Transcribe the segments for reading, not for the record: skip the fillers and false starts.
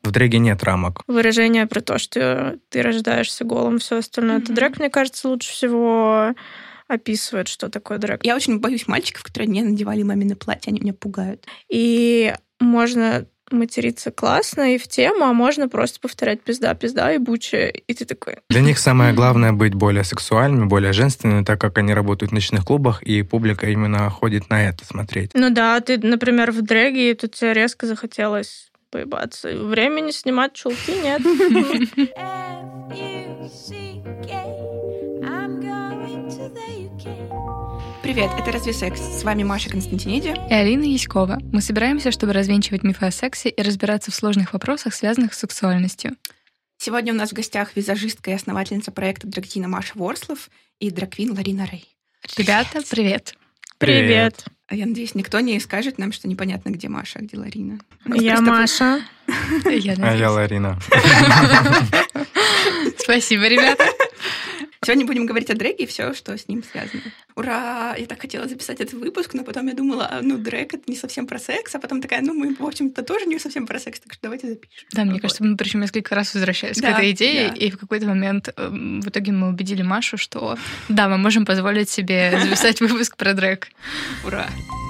В дрэге нет рамок. Выражение про то, что ты рождаешься голым, все остальное. Это дрэг, мне кажется, лучше всего описывает, что такое дрэг. Я очень боюсь мальчиков, которые не надевали мамины платья, они меня пугают. И можно материться классно и в тему, а можно просто повторять пизда, пизда, ебучая, и ты такой... Для них самое главное быть более сексуальными, более женственными, так как они работают в ночных клубах, и публика именно ходит на это смотреть. Ну да, ты, например, в дрэге, и тут тебе резко захотелось поебаться. Времени снимать чулки нет. Привет, это «Разве секс?» С вами Маша Константиниди и Алина Яськова. Мы собираемся, чтобы развенчивать мифы о сексе и разбираться в сложных вопросах, связанных с сексуальностью. Сегодня у нас в гостях визажистка и основательница проекта драгзина Маша Ворслов и драг-квин Ларина Рэй. Ребята, привет. Привет. А я надеюсь, никто не скажет нам, что непонятно, где Маша, а где Ларина. Я Маша. А я Ларина. Спасибо, ребята. Сегодня будем говорить о дрэге и все, что с ним связано. Ура! Я так хотела записать этот выпуск, но потом я думала, дрэг — это не совсем про секс, а потом такая, мы, в общем-то, тоже не совсем про секс, так что давайте запишем. Да, мне кажется, мы причем несколько раз возвращались к этой идее, и в какой-то момент в итоге мы убедили Машу, что да, мы можем позволить себе записать выпуск про дрэг. Ура!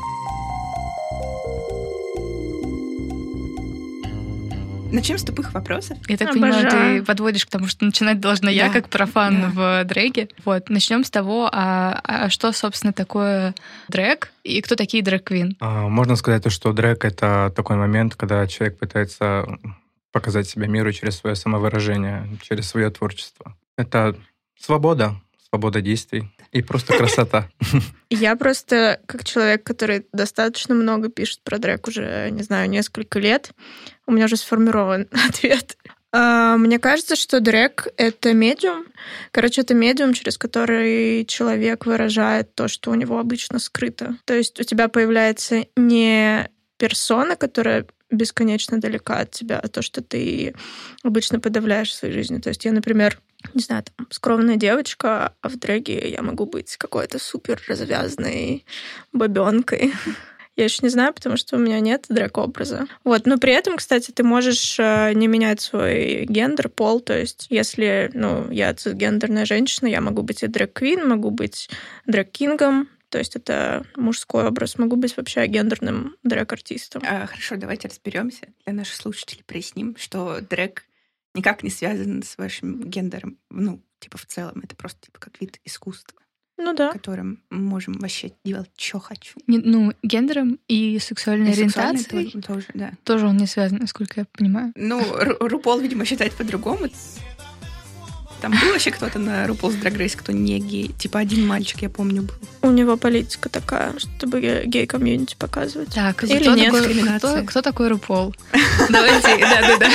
Начнем с тупых вопросов. Я так понимаю, ты подводишь к тому, что начинать должна я, как профан в дрэге. Вот, начнем с того, что, собственно, такое дрэг и кто такие дрэг-квин? Можно сказать, что дрэг — это такой момент, когда человек пытается показать себя миру через свое самовыражение, через свое творчество. Это свобода действий и просто красота. Я просто, как человек, который достаточно много пишет про дрэг уже, не знаю, несколько лет, у меня уже сформирован ответ. Мне кажется, что дрэг — это медиум. Это медиум, через который человек выражает то, что у него обычно скрыто. То есть у тебя появляется не персона, которая бесконечно далека от тебя, а то, что ты обычно подавляешь в своей жизни. То есть я, например, не знаю, скромная девочка, а в дрэге я могу быть какой-то супер развязной бабёнкой. Я еще не знаю, потому что у меня нет дрэг-образа. Но при этом, кстати, ты можешь не менять свой гендер, пол. То есть если, я цисгендерная женщина, я могу быть и дрэг-квин, могу быть дрэг-кингом. То есть это мужской образ. Могу быть вообще гендерным дрэг-артистом. Хорошо, давайте разберемся. Для наших слушателей проясним, что дрэг никак не связан с вашим гендером. В целом, это просто как вид искусства. Да. Которым мы можем вообще делать, что хочу. Гендером и сексуальной ориентацией тоже, да. Тоже он не связан, насколько я понимаю. Рупол, видимо, считает по-другому. Там был вообще кто-то на RuPaul's Drag Race, кто не гей? Один мальчик, я помню, был. У него политика такая, чтобы гей-комьюнити показывать. Так, или нет? Кто такой RuPaul? Давайте, да.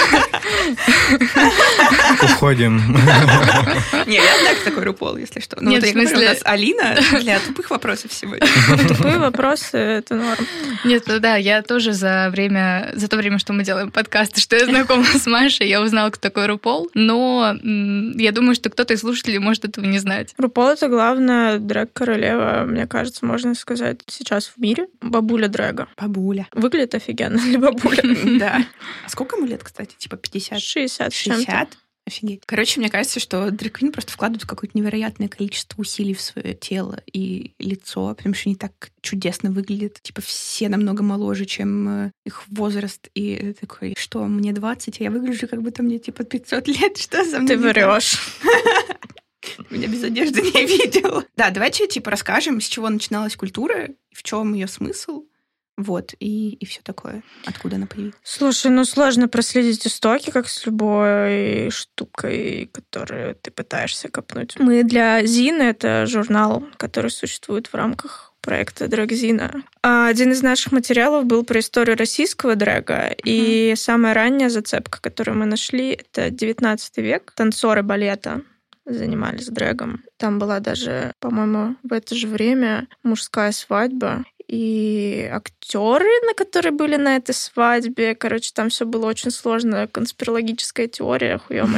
Уходим. Не, я знаю, кто такой RuPaul, если что. Нет, в смысле... У нас Алина для тупых вопросов сегодня. Тупые вопросы — это норм. Нет, да, я тоже за то время, что мы делаем подкасты, что я знакома с Машей, я узнала, кто такой RuPaul, но я думаю, что кто-то из слушателей может этого не знать. RuPaul — это главная дрэг-королева, мне кажется, можно сказать, сейчас в мире. Бабуля дрэга. Бабуля. Выглядит офигенно для бабуля. Да. А сколько ему лет, кстати? 50? 60. 60? Офигеть. Мне кажется, что дрэг-квин просто вкладывают какое-то невероятное количество усилий в свое тело и лицо, потому что они так чудесно выглядят. Все намного моложе, чем их возраст. И такой, что, мне 20, а я выгляжу, как будто мне 500 лет. Что за мной? Ты врешь. Меня без одежды не видел. Да, давайте расскажем, с чего начиналась культура, в чем ее смысл. И все такое. Откуда она появилась? Слушай, сложно проследить истоки, как с любой штукой, которую ты пытаешься копнуть. Мы для Зины, это журнал, который существует в рамках проекта Драгзина. Один из наших материалов был про историю российского дрэга, и самая ранняя зацепка, которую мы нашли, это 19 век. Танцоры балета занимались дрэгом. Там была даже, по-моему, в это же время мужская свадьба. И актеры, которые были на этой свадьбе, там все было очень сложно. Конспирологическая теория, хуё моё.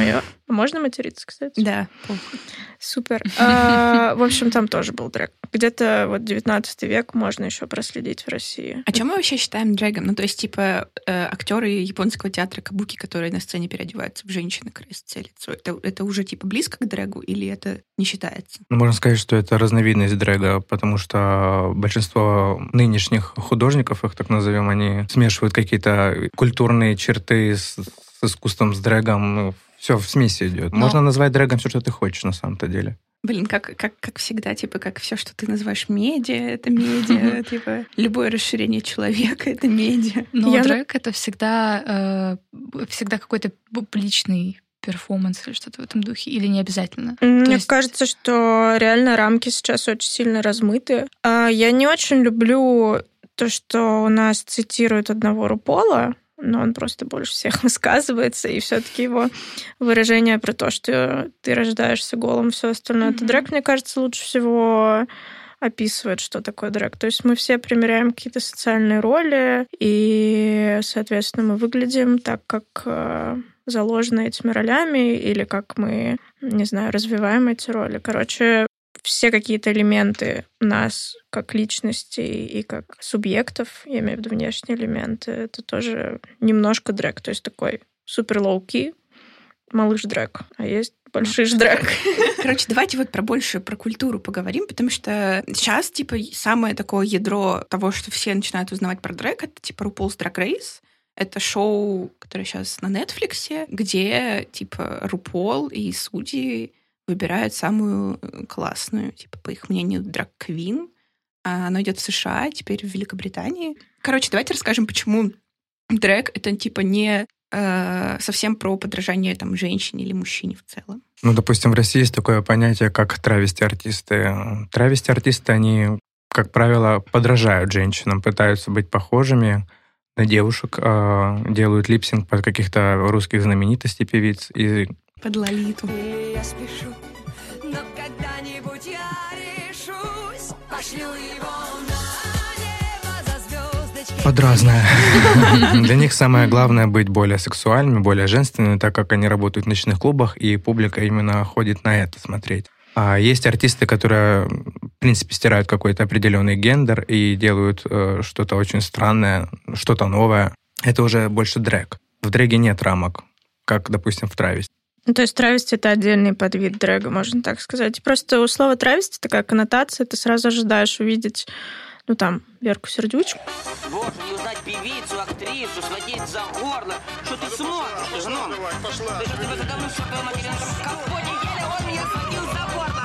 Можно материться, кстати? Да. Супер. В общем, там тоже был дрэг. Где-то вот 19 век можно еще проследить в России. А чем мы вообще считаем дрэгом? Ну, то есть, типа, актеры японского театра кабуки, которые на сцене переодеваются в женщины, красятся лицо, это уже, типа, близко к дрэгу или это не считается? Ну, можно сказать, что это разновидность дрэга, потому что большинство нынешних художников, их так назовем, они смешивают какие-то культурные черты с искусством, с дрэгом. Ну, все в смеси идет. Можно назвать дрэгом все, что ты хочешь на самом-то деле. Блин, как всегда, типа, как все, что ты называешь медиа, это медиа, типа, любое расширение человека — это медиа. Но дрэг — это всегда какой-то публичный перформанс или что-то в этом духе, или не обязательно? Мне кажется, что реально рамки сейчас очень сильно размыты. Я не очень люблю то, что у нас цитируют одного Рупола, но он просто больше всех высказывается, и все-таки его выражение про то, что ты рождаешься голым, все остальное. Это дрэг, мне кажется, лучше всего описывает, что такое дрэг. То есть мы все примеряем какие-то социальные роли, и, соответственно, мы выглядим так, как заложено этими ролями, или как мы, не знаю, развиваем эти роли. Короче, все какие-то элементы нас как личностей и как субъектов, я имею в виду внешние элементы, это тоже немножко дрэг. То есть такой супер лоу-ки, малыш дрэг, а есть большиш дрэг. Короче, давайте вот про культуру поговорим, потому что сейчас, типа, самое такое ядро того, что все начинают узнавать про дрэг, это, типа, RuPaul's Drag Race. Это шоу, которое сейчас на Netflix, где, типа, RuPaul и судьи выбирают самую классную, типа, по их мнению, драг-квин. Оно идет в США, теперь в Великобритании. Короче, давайте расскажем, почему дрэг — это, типа, не совсем про подражание там женщине или мужчине в целом. Ну, допустим, в России есть такое понятие, как травести-артисты. Травести-артисты, они, как правило, подражают женщинам, пытаются быть похожими на девушек, делают липсинг под каких-то русских знаменитостей, певиц. И под Лолиту. Я спешу, но когда-нибудь я решусь, пошлю его на небо за звездочки. под разное. Для них самое главное быть более сексуальными, более женственными, так как они работают в ночных клубах, и публика именно ходит на это смотреть. А есть артисты, которые, в принципе, стирают какой-то определенный гендер и делают что-то очень странное, что-то новое. Это уже больше дрэг. В дрэге нет рамок, как, допустим, в травести. Ну, то есть травесть — это отдельный подвид дрэга, можно так сказать. Просто у слова травесть такая коннотация, ты сразу ожидаешь увидеть, ну, там, Верку Сердючку. Боже, не узнать певицу, актрису, схватить за горло. Что ты смотришь, ты, жена? Ты что, тебя задавлю, что твоя материна в компоте ели, он меня схватил за горло.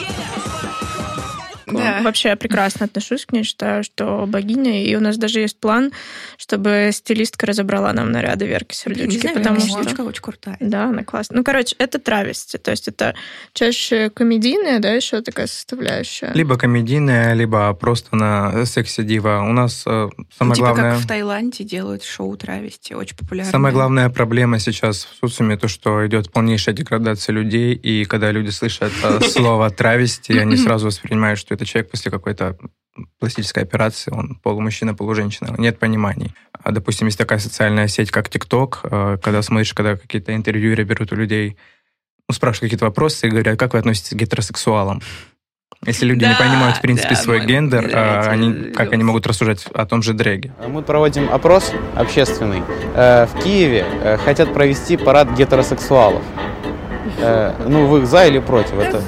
Да. Вообще я прекрасно отношусь к ней, считаю, что богиня, и у нас даже есть план, чтобы стилистка разобрала нам наряды Верки Сердючки, потому что очень крутая. Да, она классная. Ну, короче, это травести, то есть это чаще комедийная, да, еще такая составляющая. Либо комедийная, либо просто на секси-дива. У нас самое главное... как в Таиланде делают шоу травести, очень популярное. Самая главная проблема сейчас в социуме то, что идет полнейшая деградация людей, и когда люди слышат слово травести, они сразу воспринимают, что это человек после какой-то пластической операции, он полумужчина, полуженщина. Нет пониманий. Допустим, есть такая социальная сеть, как TikTok, когда смотришь, когда какие-то интервьюеры берут у людей, спрашивают какие-то вопросы и говорят, как вы относитесь к гетеросексуалам? Если люди не понимают, в принципе, свой гендер, как они могут рассуждать о том же дрэге? Мы проводим опрос общественный. В Киеве хотят провести парад гетеросексуалов. Вы за или против? Это...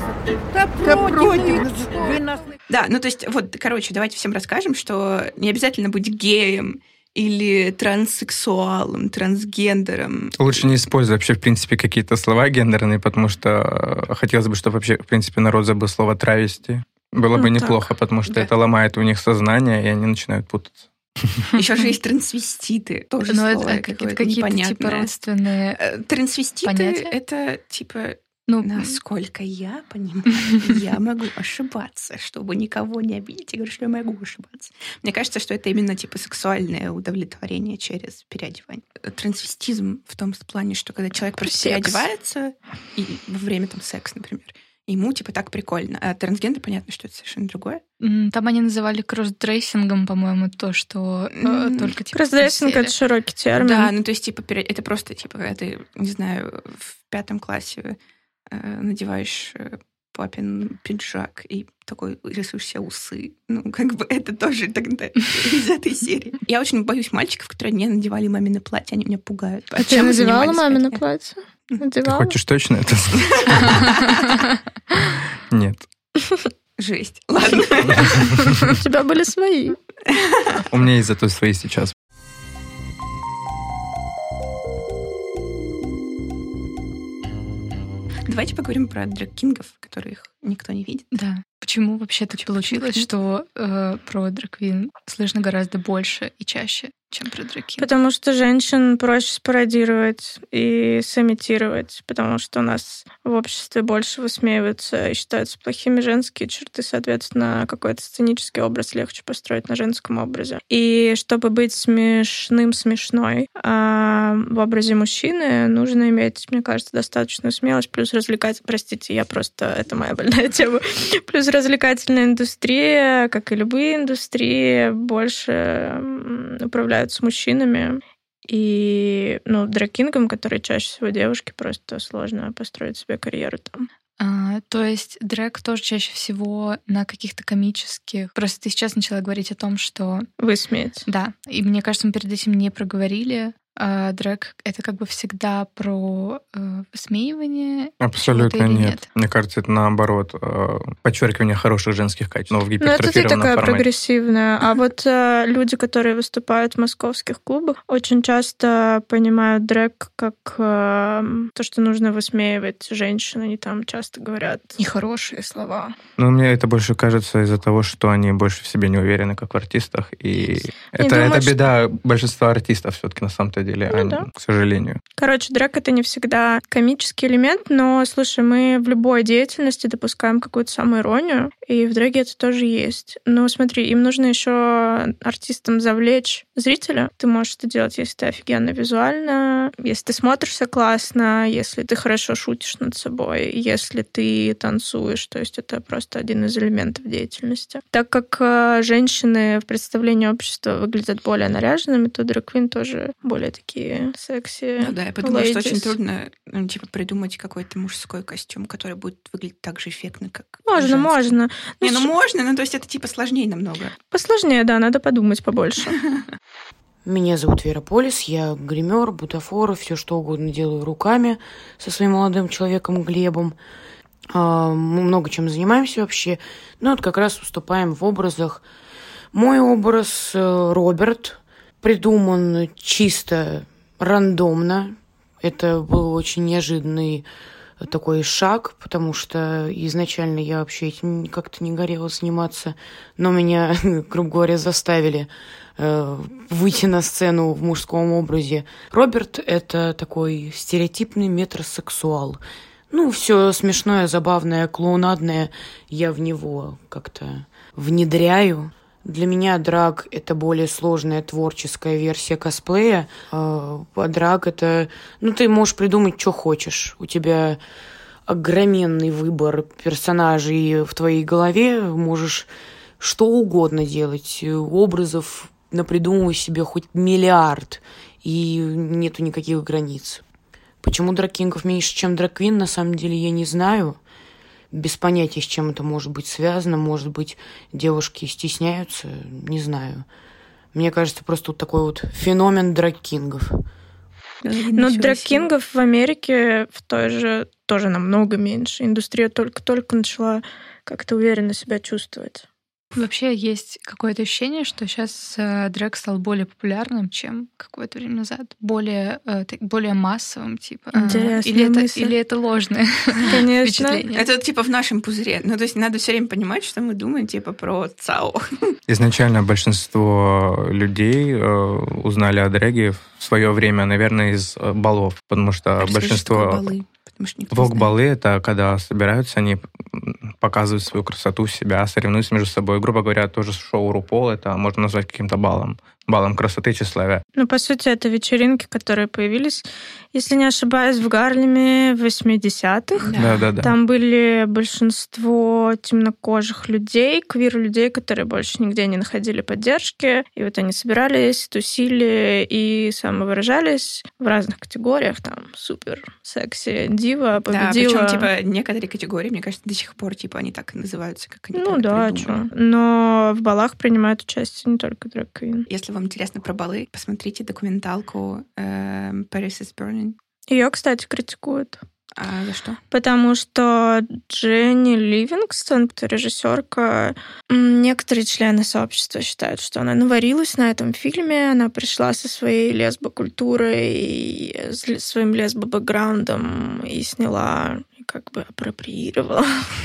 Да, ну то есть, вот, короче, давайте всем расскажем, что не обязательно быть геем или транссексуалом, трансгендером. Лучше не использовать вообще, в принципе, какие-то слова гендерные, потому что хотелось бы, чтобы вообще, в принципе, народ забыл слово травести. Было бы неплохо, потому что это ломает у них сознание, и они начинают путаться. Еще же есть трансвеститы. Тоже слово какое-то непонятное. Типа родственные трансвеститы понятия? Это типа... насколько я понимаю, я могу ошибаться, чтобы никого не обидеть. Я говорю, что я могу ошибаться. Мне кажется, что это именно типа сексуальное удовлетворение через переодевание. Трансвестизм в том плане, что когда человек просто переодевается, и во время там секса, например, Ему, типа, так прикольно. А трансгендер, понятно, что это совершенно другое. Там они называли кроссдрессингом, по-моему, то, что только типа Кроссдрессинг — это широкий термин. Да, ну то есть, типа, это просто, типа, когда ты, не знаю, в 5 классе надеваешь папин пиджак и такой рисуешь себе усы. Ну, как бы это тоже тогда из этой серии. Я очень боюсь мальчиков, которые не надевали мамины платья, они меня пугают. А ты надевала мамино платье? Ты Надевала? хочешь точно это знать? Нет. Жесть. Ладно. У тебя были свои. У меня есть зато свои сейчас. Давайте поговорим про драг-кингов, которых никто не видит. Да. Почему вообще так получилось, что про драг-квин слышно гораздо больше и чаще, чем про драг-кинг? Потому что женщин проще спародировать и сымитировать, потому что у нас в обществе больше высмеиваются и считаются плохими женские черты, соответственно, какой-то сценический образ легче построить на женском образе. И чтобы быть смешной в образе мужчины, нужно иметь, мне кажется, достаточную смелость, плюс развлекать... Простите, это моя больная тема. Плюс развлекательная индустрия, как и любые индустрии, больше управляются мужчинами. И, драг-кингам, которые чаще всего девушки, просто сложно построить себе карьеру там. То есть дрэг тоже чаще всего на каких-то комических... Просто ты сейчас начала говорить о том, что... Высмеять. Да. И мне кажется, мы перед этим не проговорили. Дрэг — это как бы всегда про высмеивание? Абсолютно нет. Мне кажется, это наоборот. Подчеркивание хороших женских качеств, но в гипертрофированном это ты такая формате. Прогрессивная. А вот люди, которые выступают в московских клубах, очень часто понимают дрэг как то, что нужно высмеивать женщин. Они там часто говорят нехорошие слова. Ну, мне это больше кажется из-за того, что они больше в себе не уверены, как в артистах. И это беда большинства артистов все-таки на самом-то деле, к сожалению. Короче, дрэг — это не всегда комический элемент, но, слушай, мы в любой деятельности допускаем какую-то самоиронию, и в дрэге это тоже есть. Но смотри, им нужно еще артистам завлечь зрителя. Ты можешь это делать, если ты офигенно визуально, если ты смотришься классно, если ты хорошо шутишь над собой, если ты танцуешь. То есть это просто один из элементов деятельности. Так как женщины в представлении общества выглядят более наряженными, то дрэг-квин тоже более такие секси. Ну да, я подумала, что очень трудно придумать какой-то мужской костюм, который будет выглядеть так же эффектно, как Можно. можно, то есть это сложнее намного. Посложнее, да, надо подумать побольше. Меня зовут Вера Полис, я гример, бутафор, все что угодно делаю руками со своим молодым человеком Глебом. Мы много чем занимаемся вообще. Ну вот как раз выступаем в образах. Мой образ Роберт придуман чисто рандомно. Это был очень неожиданный такой шаг, потому что изначально я вообще этим как-то не горела заниматься, но меня, грубо говоря, заставили выйти на сцену в мужском образе. Роберт — это такой стереотипный метросексуал. Ну, все смешное, забавное, клоунадное я в него как-то внедряю. Для меня драг — это более сложная творческая версия косплея. А драг — это... Ну, ты можешь придумать, что хочешь. У тебя огроменный выбор персонажей в твоей голове. Можешь что угодно делать. Образов напридумывай себе хоть миллиард. И нету никаких границ. Почему драг-кингов меньше, чем драг-квин, на самом деле я не знаю. Без понятия, с чем это может быть связано. Может быть, девушки стесняются, не знаю. Мне кажется, просто вот такой вот феномен драг-кингов. Но драг-кингов в Америке в той же тоже намного меньше. Индустрия только-только начала как-то уверенно себя чувствовать. Вообще есть какое-то ощущение, что сейчас дрэг стал более популярным, чем какое-то время назад. Более массовым, типа. Или это ложное впечатление? Это типа в нашем пузыре. Ну, то есть надо все время понимать, что мы думаем типа про ЦАО. Изначально большинство людей узнали о дрэге в свое время, наверное, из балов, потому что большинство... Вог-балы — это когда собираются, они показывают свою красоту, себя, соревнуются между собой. Грубо говоря, тоже шоу RuPaul это можно назвать каким-то балом. балом красоты, тщеславия. Ну, по сути, это вечеринки, которые появились, если не ошибаюсь, в Гарлеме в 80-х. Да. Там были большинство темнокожих людей, квир-людей, которые больше нигде не находили поддержки. И вот они собирались, тусили и самовыражались в разных категориях. Там супер секси дива победила. Да, причем, типа, некоторые категории, мне кажется, до сих пор, типа, они так и называются, как они что. Но в балах принимают участие не только драг-квин. Если вам интересно про балы, посмотрите документалку Paris is Burning. Ее, кстати, критикуют. А за что? Потому что Дженни Ливингстон, режиссерка, некоторые члены сообщества считают, что она наварилась на этом фильме, она пришла со своей лесбокультурой и своим лесбо-бэкграундом и сняла, как бы апроприировала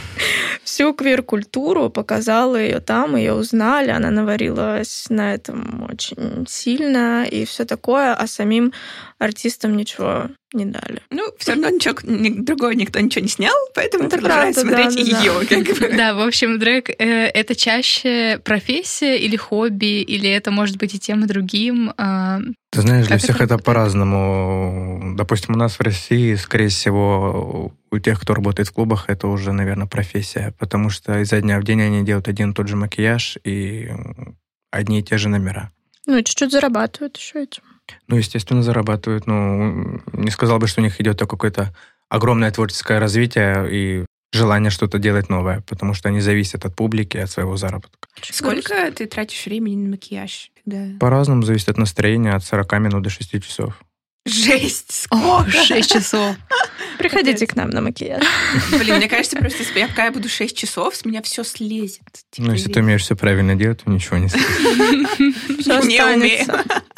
всю квир-культуру, показала ее там, ее узнали, она наварилась на этом очень сильно и все такое, а самим артистам ничего не дали. Ну, все равно ничего другого никто ничего не снял, поэтому продолжаем смотреть ее. Да, в общем, дрэг — это чаще профессия или хобби, или это может быть и тем, и другим. Ты знаешь, для всех это по-разному. Допустим, у нас в России, скорее всего, у тех, кто работает в клубах, это уже, наверное, профессия, потому что изо дня в день они делают один и тот же макияж и одни и те же номера. Ну, и чуть-чуть зарабатывают еще этим. Ну, естественно, зарабатывают. Ну, не сказал бы, что у них идет какое-то огромное творческое развитие и желание что-то делать новое, потому что они зависят от публики, от своего заработка. Сколько ты тратишь времени на макияж? По-разному, зависит от настроения, от 40 минут до 6 часов. Жесть! Сколько? 6 часов. Приходите к нам на макияж. Блин, мне кажется, просто если я буду 6 часов, с меня все слезет. Ну, если ты умеешь все правильно делать, то ничего не слезет. Не умею.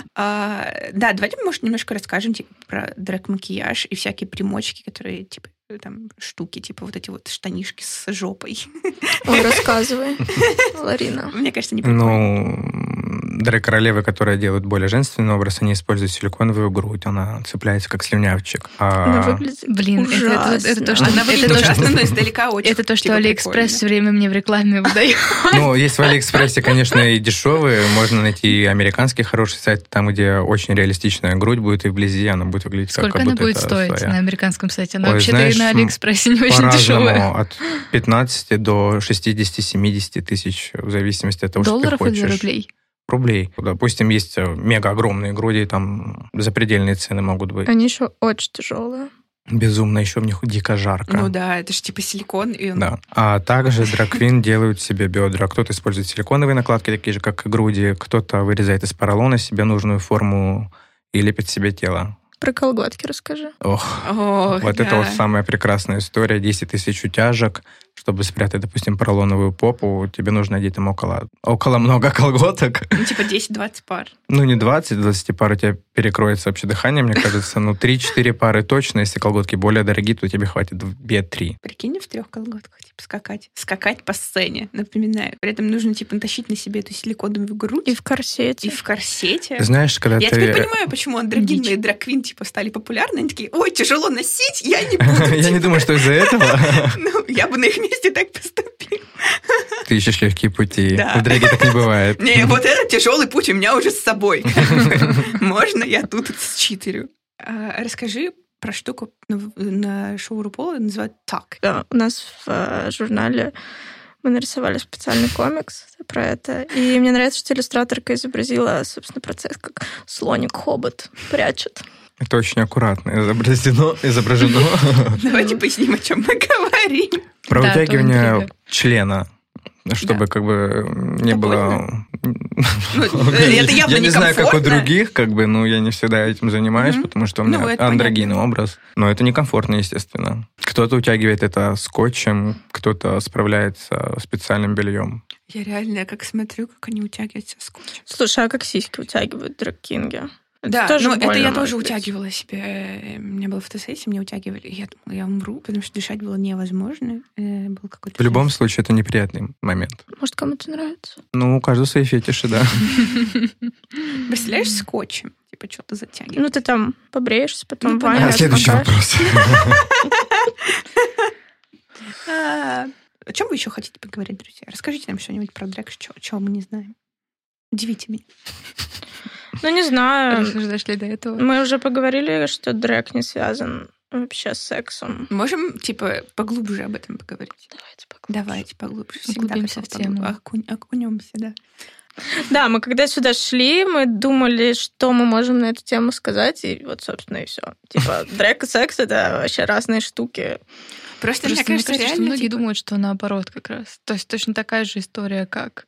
Да, давайте, может, немножко расскажем про дрэг-макияж и всякие примочки, которые, типа, там, штуки, типа, вот эти вот штанишки с жопой. Ой, рассказывай, Ларина. Мне кажется, не прикольно. Дрэг-королевы, которые делают более женственный образ, они используют силиконовую грудь, она цепляется как слюнявчик. Она выглядит ужасно. Это то, что она выглядит ужасно, но издалека очень. Это то, что Алиэкспресс все время мне в рекламе выдает. Ну, есть в Алиэкспрессе, конечно, и дешевые. Можно найти американский хороший сайт, там, где очень реалистичная грудь будет, и вблизи она будет выглядеть как будто это Сколько она будет стоить на американском сайте? Она вообще-то знаешь, и на Алиэкспрессе не очень дешевая. От 15 до 60-70 тысяч, в зависимости от того, что ты хочешь. Долларов или рублей? Рублей. Допустим, есть мега огромные груди, там запредельные цены могут быть. Они еще очень тяжелые. Безумно, еще в них дико жарко. Ну да, это же типа силикон. Да. А также драг-квин делают себе бедра. Кто-то использует силиконовые накладки, такие же, как и груди. Кто-то вырезает из поролона себе нужную форму и лепит себе тело. Про колготки расскажи. Ох да. Это вот самая прекрасная история. 10 тысяч утяжек. Чтобы спрятать, допустим, поролоновую попу, тебе нужно одеть там около много колготок. Ну, типа 10-20 пар. Ну, не 20 пар у тебя перекроется вообще дыхание, мне кажется. Ну, 3-4 пары точно. Если колготки более дорогие, то тебе хватит 2-3. Прикинь, в 3 колготках, типа, скакать. Скакать по сцене, напоминаю. При этом нужно, типа, тащить на себе эту силиконовую грудь. И в корсете. Знаешь, когда я теперь понимаю, почему андрогинные драг-квин, типа, стали популярны. Они такие, ой, тяжело носить, я не буду. Я не думаю, что из-за этого. Ну, я бы на их месте так поступил. Ты ищешь легкие пути. В дрэге так не бывает. Не, вот этот тяжелый путь у меня уже с собой. Можно я тут считерю? Расскажи про штуку на шоу RuPaul, называют так. Да, у нас в журнале мы нарисовали специальный комикс про это. И мне нравится, что иллюстраторка изобразила, собственно, процесс, как слоник-хобот прячет. Это очень аккуратно изображено. Давайте поясним, о чем мы говорим. Про утягивание члена, чтобы как бы не было... Я не знаю, как у других, как бы, но я не всегда этим занимаюсь, потому что у меня андрогинный образ. Но это некомфортно, естественно. Кто-то утягивает это скотчем, кто-то справляется специальным бельем. Я реально как смотрю, как они утягиваются скотчем. Слушай, а как сиськи утягивают драг-кинги? Да, ну это я тоже утягивала себе. У меня была фотосессия, мне утягивали. Я думала, я умру, потому что дышать было невозможно. Был какой-то в любом случае, это неприятный момент. Может, кому-то нравится? Ну, у каждого свои фетиши, да. Представляешь, скотчем? Типа что-то затягивать. Ну, ты там побреешься, потом ванну. Следующий вопрос. О чем вы еще хотите поговорить, друзья? Расскажите нам что-нибудь про дрэг, чего мы не знаем. Удивите меня. не знаю. Хорошо, что дошли до этого. Мы уже поговорили, что дрэг не связан вообще с сексом. Можем, поглубже об этом поговорить? Давайте поглубже. Углубимся в тему. Окунемся, да. Да, мы когда сюда шли, мы думали, что мы можем на эту тему сказать, и вот, собственно, и все. Дрэг и секс — это вообще разные штуки. Просто мне кажется, реально, что многие думают, что наоборот как раз. То есть точно такая же история, как...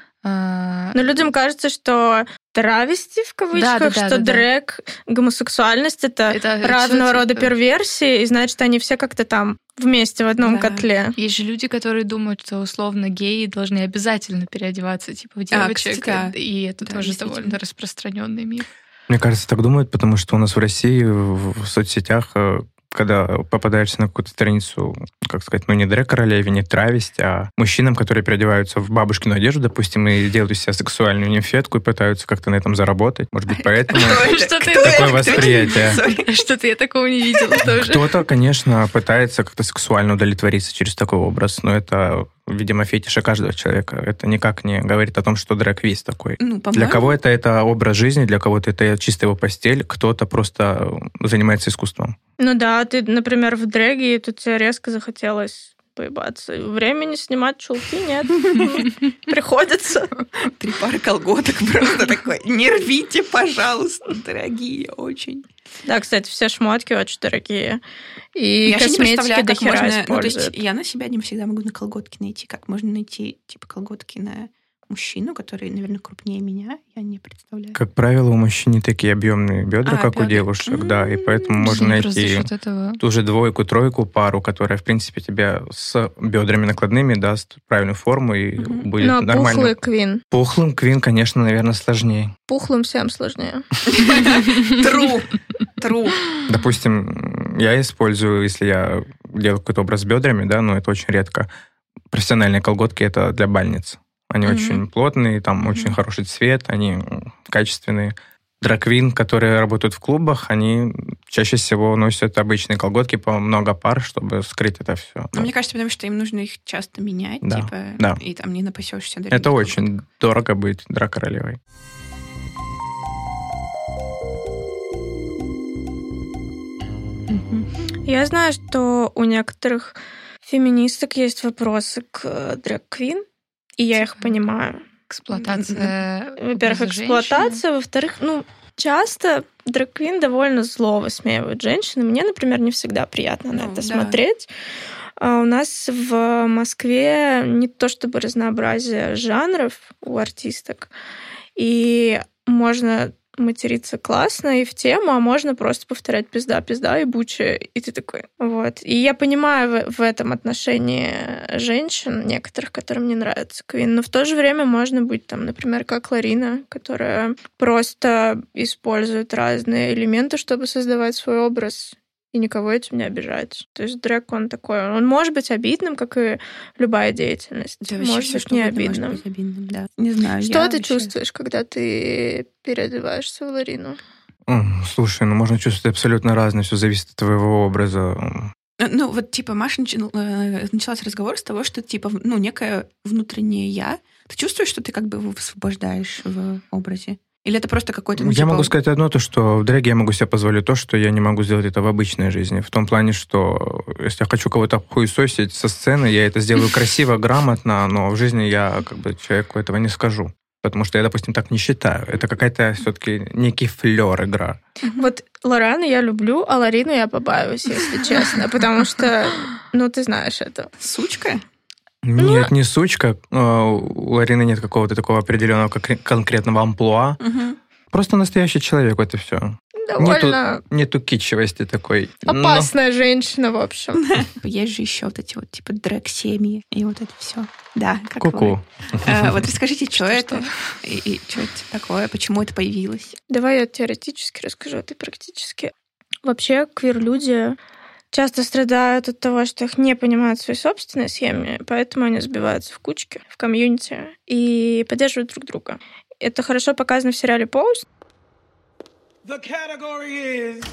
Но людям кажется, что травести, в кавычках, что дрэг, гомосексуальность — это разного рода перверсии, и значит, они все как-то там вместе в одном котле. Есть же люди, которые думают, что условно геи должны обязательно переодеваться в девочек, и это тоже довольно распространенный миф. Мне кажется, так думают, потому что у нас в России в соцсетях, когда попадаешься на какую-то страницу, как сказать, не дрэг-королеве, не травесть, а мужчинам, которые переодеваются в бабушкину одежду, допустим, и делают из себя сексуальную нимфетку и пытаются как-то на этом заработать. Может быть, поэтому такое восприятие. Что-то я такого не видела тоже. Кто-то, конечно, пытается как-то сексуально удовлетвориться через такой образ, но это, видимо, фетиша каждого человека. Это никак не говорит о том, что дрэг весь такой. Для кого-то это образ жизни, для кого-то это чисто его постель, кто-то просто занимается искусством. Ну да, ты, например, в дрэге, и тут тебе резко захотелось поебаться. Времени снимать чулки нет. Приходится. 3 пары колготок просто такой. Не рвите, пожалуйста, дорогие очень. Да, кстати, все шмотки очень дорогие. И косметики до хера используют. Я на себя не всегда могу на колготки найти. Как можно найти колготки на мужчину, который, наверное, крупнее меня, я не представляю. Как правило, у мужчин не такие объемные бедра, как у девушек, да, и поэтому можно найти ту же 2, 3 пару, которая, в принципе, тебе с бедрами накладными даст правильную форму и будет нормально. Но пухлый квин. Пухлым квин, конечно, наверное, сложнее. Пухлым всем сложнее. True. Допустим, я использую, если я делаю какой-то образ с бедрами, да, но это очень редко. Профессиональные колготки — это для бальниц. Они очень плотные, там очень хороший цвет, они качественные. Драг-квин, которые работают в клубах, они чаще всего носят обычные колготки по много пар, чтобы скрыть это все. Мне кажется, потому что им нужно их часто менять, да. И там не напасешься. Это очень дорого быть драг-королевой. Я знаю, что у некоторых феминисток есть вопросы к драг-квин, и я их понимаю. Эксплуатация. Во-первых, эксплуатация. Во-вторых, часто драг-квин довольно зло высмеивают женщины. Мне, например, не всегда приятно на это смотреть. А у нас в Москве не то чтобы разнообразие жанров у артисток. И можно материться классно и в тему, а можно просто повторять пизда, пизда, ебучая, и ты такой. Вот. И я понимаю в этом отношении женщин, некоторых, которым не нравится Квин, но в то же время можно быть там, например, как Ларина, которая просто использует разные элементы, чтобы создавать свой образ, и никого этим не обижать. То есть дрэг, он такой, он может быть обидным, как и любая деятельность. Да, может быть не обидным. Может быть обидным, да. Не знаю. Что ты чувствуешь, когда ты переодеваешься в Ларину? Слушай, можно чувствовать абсолютно разное, все зависит от твоего образа. Маша началась разговор с того, что, некое внутреннее я. Ты чувствуешь, что ты как бы его высвобождаешь в образе? Или это просто какой-то... Я могу сказать одно, то, что в дрэге я могу себе позволить то, что я не могу сделать это в обычной жизни. В том плане, что если я хочу кого-то хуесосить со сцены, я это сделаю красиво, грамотно, но в жизни я человеку этого не скажу. Потому что я, допустим, так не считаю. Это какая-то все-таки некий флёр игра. Вот Лорану я люблю, а Ларину я побаиваюсь, если честно. Потому что, ты знаешь это. Сучка? Нет, не сучка. У Ларины нет какого-то такого определенного конкретного амплуа. Просто настоящий человек, это все. Довольно... Нету китчевости такой. Опасная женщина, в общем. Есть же еще вот эти дрэг-семьи и вот это все. Да, как Ку-ку. Вот расскажите, что это? И что это такое? Почему это появилось? Давай я теоретически расскажу, а ты практически. Вообще, квир-люди часто страдают от того, что их не понимают в своей собственной схеме, поэтому они сбиваются в кучки, в комьюнити и поддерживают друг друга. Это хорошо показано в сериале «Pose». The category is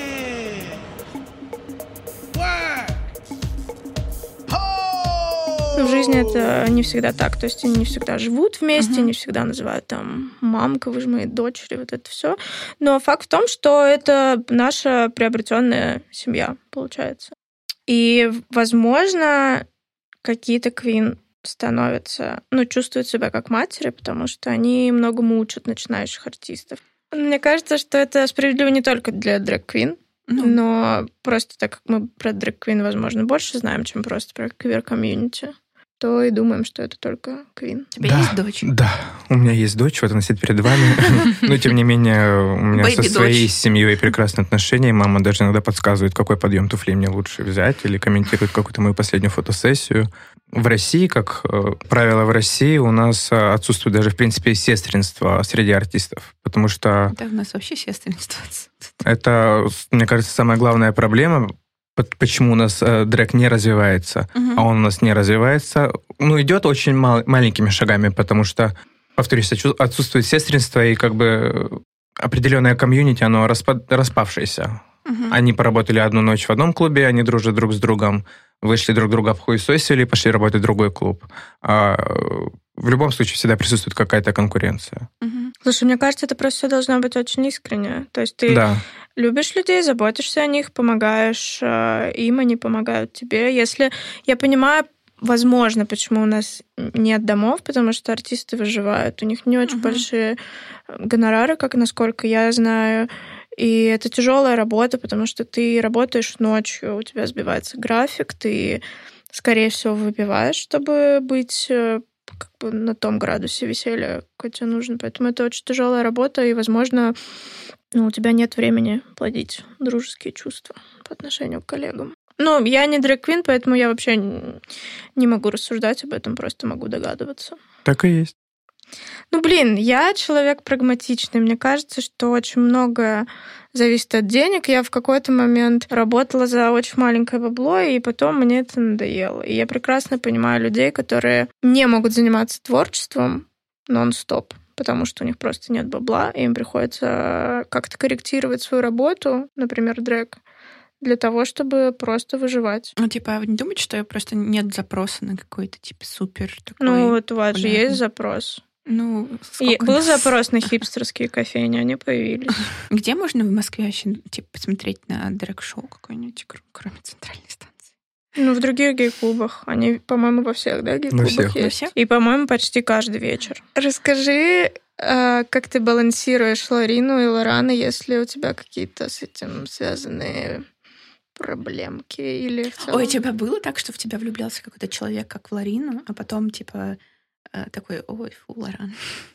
live, work, pose. Но в жизни это не всегда так. То есть они не всегда живут вместе, не всегда называют там «мамка, вы же мои дочери», вот это все. Но факт в том, что это наша приобретенная семья, получается. И, возможно, какие-то квин становятся, чувствуют себя как матери, потому что они многому учат начинающих артистов. Мне кажется, что это справедливо не только для дрэг-квин, но просто так как мы про дрэг-квин, возможно, больше знаем, чем просто про квир-комьюнити, то и думаем, что это только квин. У тебя есть дочь? Да, у меня есть дочь, вот она сидит перед вами. Но, тем не менее, у меня со своей семьей прекрасные отношения. Мама даже иногда подсказывает, какой подъем туфлей мне лучше взять, или комментирует какую-то мою последнюю фотосессию. В России, как правило, в России у нас отсутствует даже, в принципе, сестринство среди артистов, потому что... Да, у нас вообще сестринство. Это, мне кажется, самая главная проблема, почему у нас дрэг не развивается, а он у нас не развивается. Идет очень маленькими шагами, потому что, повторюсь, отсутствует сестринство, и как бы определенное комьюнити, оно распавшееся. Они поработали одну ночь в одном клубе, они дружат друг с другом, вышли друг друга обхуесосили, пошли работать в другой клуб. В любом случае всегда присутствует какая-то конкуренция. Слушай, мне кажется, это просто все должно быть очень искренне. То есть ты любишь людей, заботишься о них, помогаешь им, они помогают тебе. Если я понимаю, возможно, почему у нас нет домов, потому что артисты выживают. У них не очень большие гонорары, как насколько я знаю. И это тяжелая работа, потому что ты работаешь ночью, у тебя сбивается график, ты, скорее всего, выпиваешь, чтобы быть как бы на том градусе веселья, какой тебе нужен. Поэтому это очень тяжелая работа, и, возможно, у тебя нет времени плодить дружеские чувства по отношению к коллегам. Я не дрэг-квин, поэтому я вообще не могу рассуждать об этом, просто могу догадываться. Так и есть. Я человек прагматичный. Мне кажется, что очень многое зависит от денег. Я в какой-то момент работала за очень маленькое бабло, и потом мне это надоело. И я прекрасно понимаю людей, которые не могут заниматься творчеством нон-стоп, потому что у них просто нет бабла, и им приходится как-то корректировать свою работу, например, дрэг, для того, чтобы просто выживать. Вы не думаете, что просто нет запроса на какой-то супер такой... Вот у вас же есть запрос. Был запрос на хипстерские кофейни, они появились. Где можно в Москве вообще посмотреть на дрэг-шоу какое-нибудь, кроме центральной станции? В других гей-клубах. Они, по-моему, во всех, гей-клубах есть. И, по-моему, почти каждый вечер. Расскажи, как ты балансируешь Ларину и Лорана, если у тебя какие-то с этим связанные проблемки или в целом... Ой, у тебя было так, что в тебя влюблялся какой-то человек, как в Ларину, а потом, такой, ой, фу, Лоран.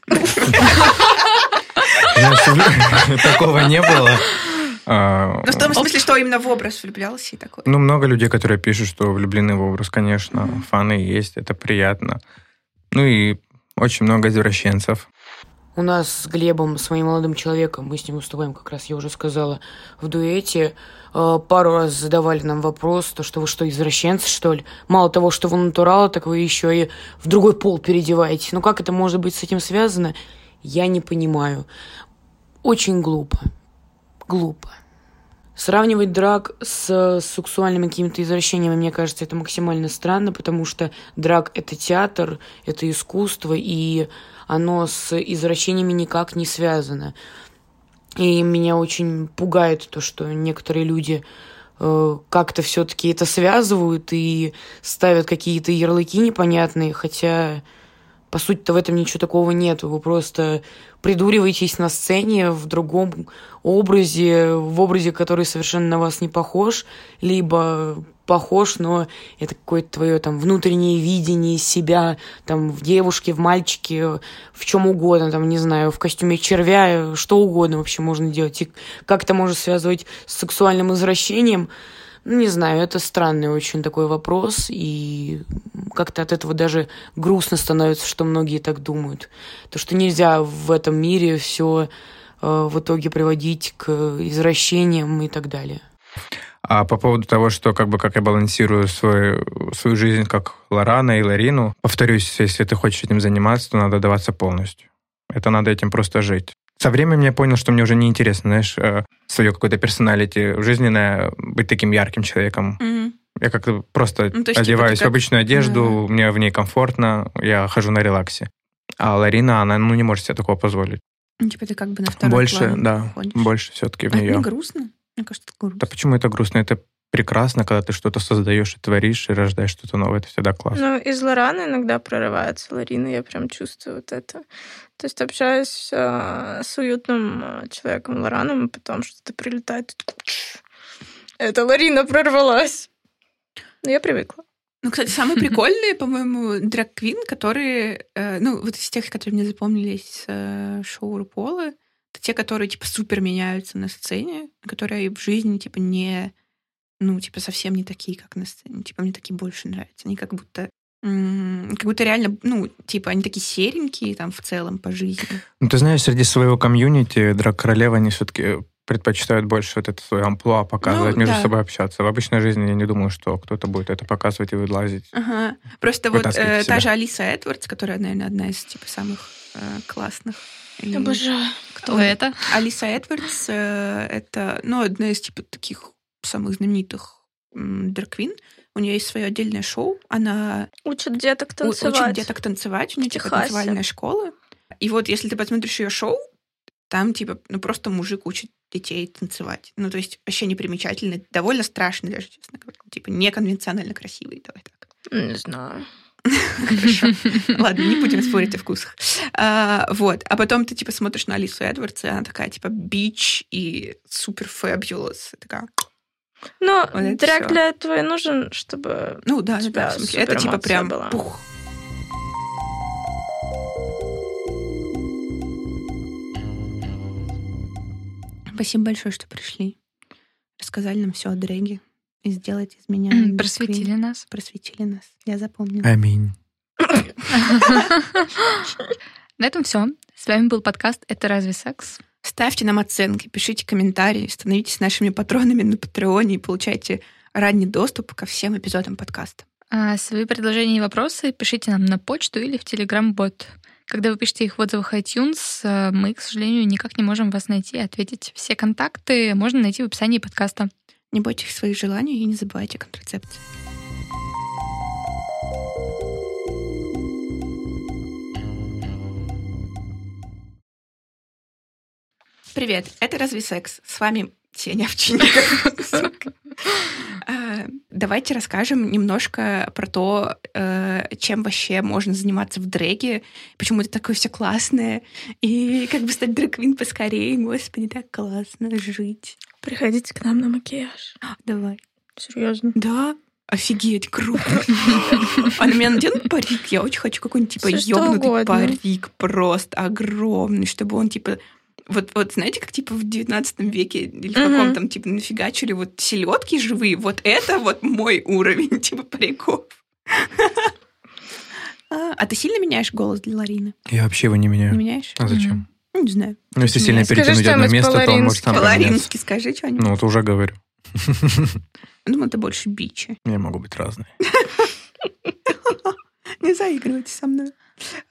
Такого не было. В том смысле, что именно в образ влюблялся и такой. Много людей, которые пишут, что влюблены в образ, конечно. Фаны есть, это приятно. И очень много извращенцев. У нас с Глебом, с моим молодым человеком, мы с ним выступаем, как раз я уже сказала, в дуэте. Пару раз задавали нам вопрос, что вы что, извращенцы, что ли? Мало того, что вы натуралы, так вы еще и в другой пол переодеваетесь. Как это может быть с этим связано? Я не понимаю. Очень глупо. Глупо. Сравнивать драг с сексуальными какими-то извращениями, мне кажется, это максимально странно, потому что драг — это театр, это искусство, и оно с извращениями никак не связано. И меня очень пугает то, что некоторые люди как-то все-таки это связывают и ставят какие-то ярлыки непонятные, хотя, по сути-то, в этом ничего такого нет. Вы просто придуриваетесь на сцене в другом образе, в образе, который совершенно на вас не похож, либо похож, но это какое-то твое внутреннее видение себя, в девушке, в мальчике, в чем угодно, не знаю, в костюме червя, что угодно вообще можно делать. И как это можно связывать с сексуальным извращением? Не знаю, это странный очень такой вопрос, и как-то от этого даже грустно становится, что многие так думают. То, что нельзя в этом мире все в итоге приводить к извращениям и так далее. А по поводу того, что как я балансирую свою жизнь как Лорана и Ларину, повторюсь, если ты хочешь этим заниматься, то надо отдаваться полностью. Это надо этим просто жить. Со временем я понял, что мне уже неинтересно, свое какое-то персоналити жизненное, быть таким ярким человеком. Я как-то просто одеваюсь в обычную одежду, мне в ней комфортно, я хожу на релаксе. А Ларина, она не может себе такого позволить. Типа ты как бы на второй план уходишь. Больше все-таки в нее. Это не грустно? Мне кажется, это грустно. Да почему это грустно? Это прекрасно, когда ты что-то создаешь и творишь, и рождаешь что-то новое. Это всегда классно. Ну, из Лораны иногда прорывается Ларина, я прям чувствую вот это. То есть общаюсь с уютным человеком Лораном, и потом что-то прилетает. Это Ларина прорвалась. Но я привыкла. Ну, кстати, самые прикольные, по-моему, драг-квин, которые... вот из тех, которые мне запомнились шоу RuPaul, это те, которые, типа, супер меняются на сцене, которые в жизни, типа, не... совсем не такие, как на сцене. Типа, мне такие больше нравятся. Они как будто реально, они такие серенькие там в целом по жизни. Ну, ты знаешь, среди своего комьюнити драг-королевы, они все-таки предпочитают больше вот это свое амплуа показывать, между собой общаться. В обычной жизни я не думаю, что кто-то будет это показывать и вылазить. Ага. Просто вот та же Алиса Эдвардс, которая, наверное, одна из, типа, самых классных. Обожаю. Кто это? Алиса Эдвардс — это, одна из, типа, таких самых знаменитых драг-квин. У нее есть свое отдельное шоу. Она учит деток танцевать. У нее, типа, танцевальная школа. И вот, если ты посмотришь ее шоу, там, типа, просто мужик учит детей танцевать. То есть вообще непримечательный, довольно страшный даже, честно говоря. Типа, неконвенционально красивый, давай так. Не знаю. Хорошо. Ладно, не будем спорить о вкусах. Вот. А потом ты, типа, смотришь на Алису Эдвардс, и она такая, типа, бич и супер фабулous. Такая... Ну, драг для этого и нужен, чтобы... да, в смысле, это, типа, прям была. Пух. Спасибо большое, что пришли. Рассказали нам все о дрэге. И сделайте из меня... Просветили нас. Я запомнила. Аминь. На этом все. С вами был подкаст «Это разве секс?». Ставьте нам оценки, пишите комментарии, становитесь нашими патронами на Патреоне и получайте ранний доступ ко всем эпизодам подкаста. Свои предложения и вопросы пишите нам на почту или в Telegram-бот. Когда вы пишете их в отзывах iTunes, мы, к сожалению, никак не можем вас найти и ответить. Все контакты можно найти в описании подкаста. Не бойтесь своих желаний и не забывайте о контрацепции. Привет, это «Разве секс?». С вами Сеня Овчинников. Давайте расскажем немножко про то, чем вообще можно заниматься в дрэге, почему это такое все классное, и как бы стать драг-квин поскорее. Господи, так классно жить. Приходите к нам на макияж. Давай. Серьезно? Да. Офигеть, круто. А на меня наденут парик? Я очень хочу какой-нибудь, типа, ёбнутый парик, просто огромный, чтобы он, типа... Вот знаете, как типа в 19 веке или в каком-то типа нафигачили вот селедки живые, вот это вот мой уровень типа париков. А ты сильно меняешь голос для Ларины? Я вообще его не меняю. Не меняешь? А зачем? Не знаю. Ну, если сильно перетянуть одно место, то он может сам поменяться. По-ларински скажи что-нибудь. Ну, вот уже говорю. Думаю, это больше бичи. Я могу быть разные. Не заигрывайте со мной.